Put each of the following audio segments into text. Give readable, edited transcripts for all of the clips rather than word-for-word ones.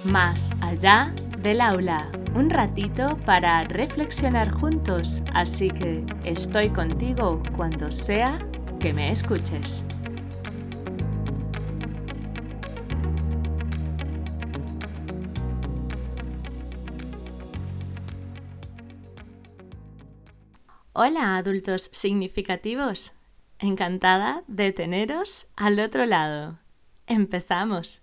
Más allá del aula, un ratito para reflexionar juntos, así que estoy contigo cuando sea que me escuches. Hola, adultos significativos. Encantada de teneros al otro lado. ¡Empezamos!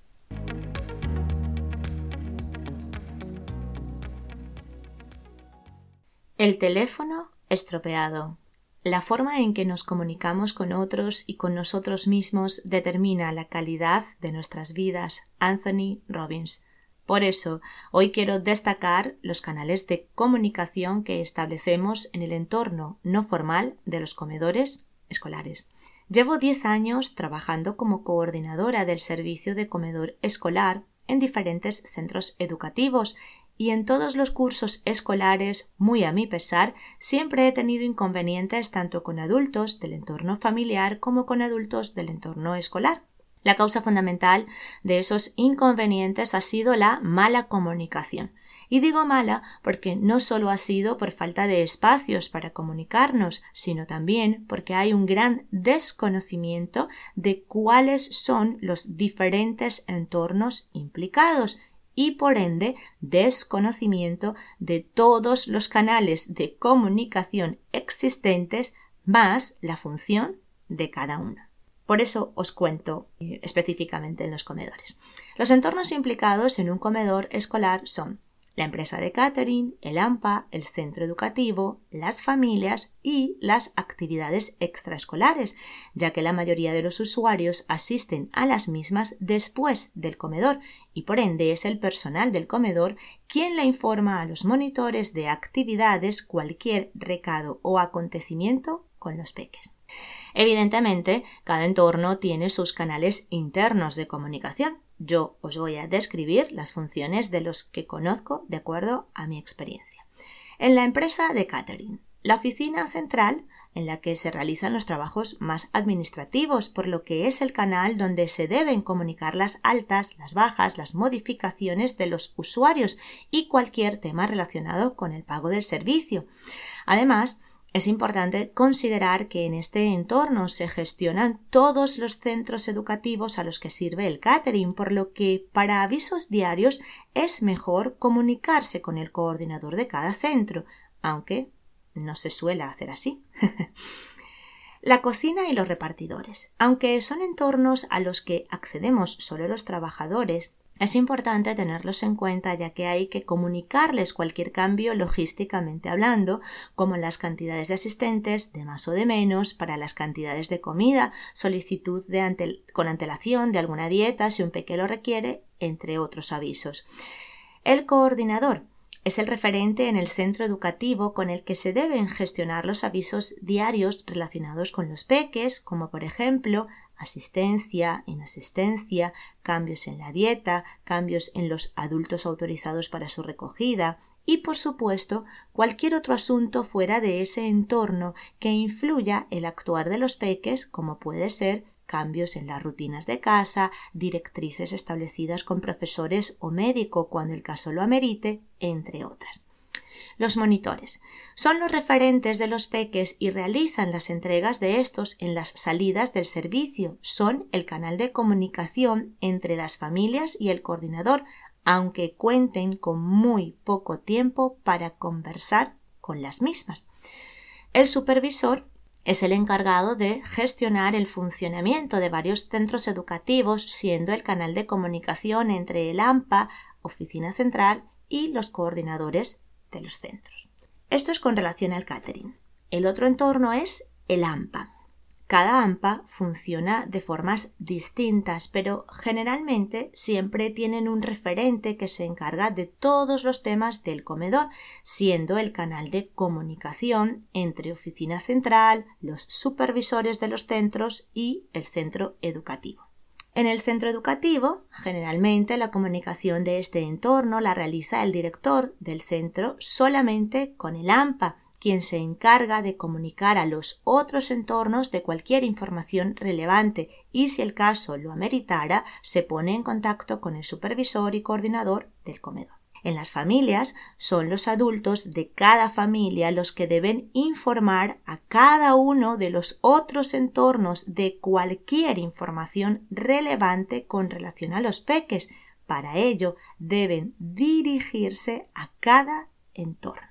El teléfono estropeado. La forma en que nos comunicamos con otros y con nosotros mismos determina la calidad de nuestras vidas. Anthony Robbins. Por eso, hoy quiero destacar los canales de comunicación que establecemos en el entorno no formal de los comedores escolares. Llevo 10 años trabajando como coordinadora del servicio de comedor escolar en diferentes centros educativos y en todos los cursos escolares, muy a mi pesar, siempre he tenido inconvenientes tanto con adultos del entorno familiar como con adultos del entorno escolar. La causa fundamental de esos inconvenientes ha sido la mala comunicación. Y digo mala porque no solo ha sido por falta de espacios para comunicarnos, sino también porque hay un gran desconocimiento de cuáles son los diferentes entornos implicados y por ende desconocimiento de todos los canales de comunicación existentes más la función de cada uno. Por eso os cuento específicamente en los comedores. Los entornos implicados en un comedor escolar son la empresa de catering, el AMPA, el centro educativo, las familias y las actividades extraescolares, ya que la mayoría de los usuarios asisten a las mismas después del comedor y por ende es el personal del comedor quien le informa a los monitores de actividades cualquier recado o acontecimiento con los peques. Evidentemente, cada entorno tiene sus canales internos de comunicación. Yo os voy a describir las funciones de los que conozco de acuerdo a mi experiencia. En la empresa de catering, la oficina central en la que se realizan los trabajos más administrativos, por lo que es el canal donde se deben comunicar las altas, las bajas, las modificaciones de los usuarios y cualquier tema relacionado con el pago del servicio. Además, es importante considerar que en este entorno se gestionan todos los centros educativos a los que sirve el catering, por lo que para avisos diarios es mejor comunicarse con el coordinador de cada centro, aunque no se suele hacer así. La cocina y los repartidores. Aunque son entornos a los que accedemos solo los trabajadores, es importante tenerlos en cuenta ya que hay que comunicarles cualquier cambio logísticamente hablando, como las cantidades de asistentes, de más o de menos, para las cantidades de comida, solicitud con antelación de alguna dieta si un peque lo requiere, entre otros avisos. El coordinador es el referente en el centro educativo con el que se deben gestionar los avisos diarios relacionados con los peques, como por ejemplo asistencia, inasistencia, cambios en la dieta, cambios en los adultos autorizados para su recogida y, por supuesto, cualquier otro asunto fuera de ese entorno que influya el actuar de los peques, como puede ser cambios en las rutinas de casa, directrices establecidas con profesores o médico cuando el caso lo amerite, entre otras. Los monitores son los referentes de los peques y realizan las entregas de estos en las salidas del servicio. Son el canal de comunicación entre las familias y el coordinador, aunque cuenten con muy poco tiempo para conversar con las mismas. El supervisor es el encargado de gestionar el funcionamiento de varios centros educativos, siendo el canal de comunicación entre el AMPA, oficina central, y los coordinadores de los centros. Esto es con relación al catering. El otro entorno es el AMPA. Cada AMPA funciona de formas distintas, pero generalmente siempre tienen un referente que se encarga de todos los temas del comedor, siendo el canal de comunicación entre oficina central, los supervisores de los centros y el centro educativo. En el centro educativo, generalmente la comunicación de este entorno la realiza el director del centro solamente con el AMPA, quien se encarga de comunicar a los otros entornos de cualquier información relevante y, si el caso lo ameritara, se pone en contacto con el supervisor y coordinador del comedor. En las familias son los adultos de cada familia los que deben informar a cada uno de los otros entornos de cualquier información relevante con relación a los peques. Para ello deben dirigirse a cada entorno.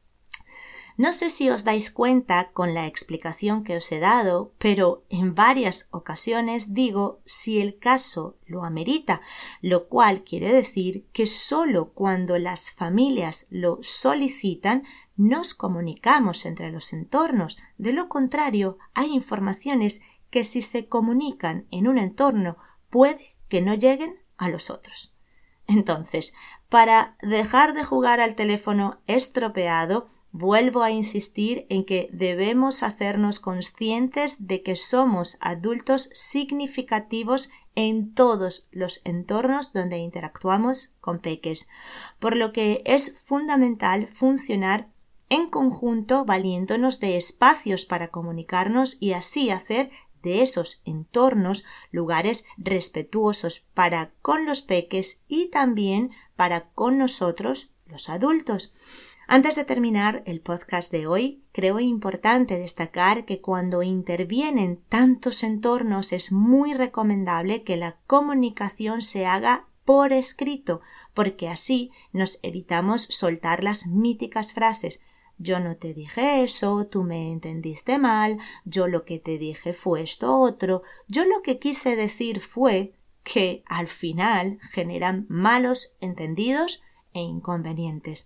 No sé si os dais cuenta con la explicación que os he dado, pero en varias ocasiones digo si el caso lo amerita, lo cual quiere decir que solo cuando las familias lo solicitan nos comunicamos entre los entornos. De lo contrario, hay informaciones que si se comunican en un entorno puede que no lleguen a los otros. Entonces, para dejar de jugar al teléfono estropeado, vuelvo a insistir en que debemos hacernos conscientes de que somos adultos significativos en todos los entornos donde interactuamos con peques, por lo que es fundamental funcionar en conjunto valiéndonos de espacios para comunicarnos y así hacer de esos entornos lugares respetuosos para con los peques y también para con nosotros, los adultos. Antes de terminar el podcast de hoy, creo importante destacar que cuando intervienen tantos entornos es muy recomendable que la comunicación se haga por escrito, porque así nos evitamos soltar las míticas frases «yo no te dije eso, tú me entendiste mal, yo lo que te dije fue esto otro, yo lo que quise decir fue», que al final generan malos entendidos e inconvenientes.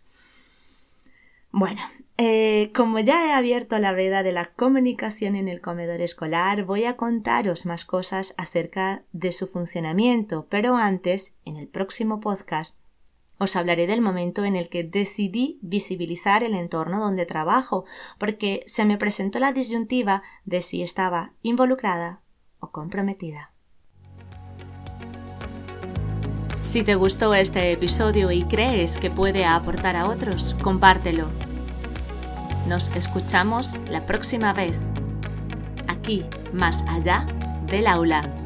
Bueno, como ya he abierto la veda de la comunicación en el comedor escolar, voy a contaros más cosas acerca de su funcionamiento, pero antes, en el próximo podcast, os hablaré del momento en el que decidí visibilizar el entorno donde trabajo, porque se me presentó la disyuntiva de si estaba involucrada o comprometida. Si te gustó este episodio y crees que puede aportar a otros, compártelo. Nos escuchamos la próxima vez, aquí, más allá del aula.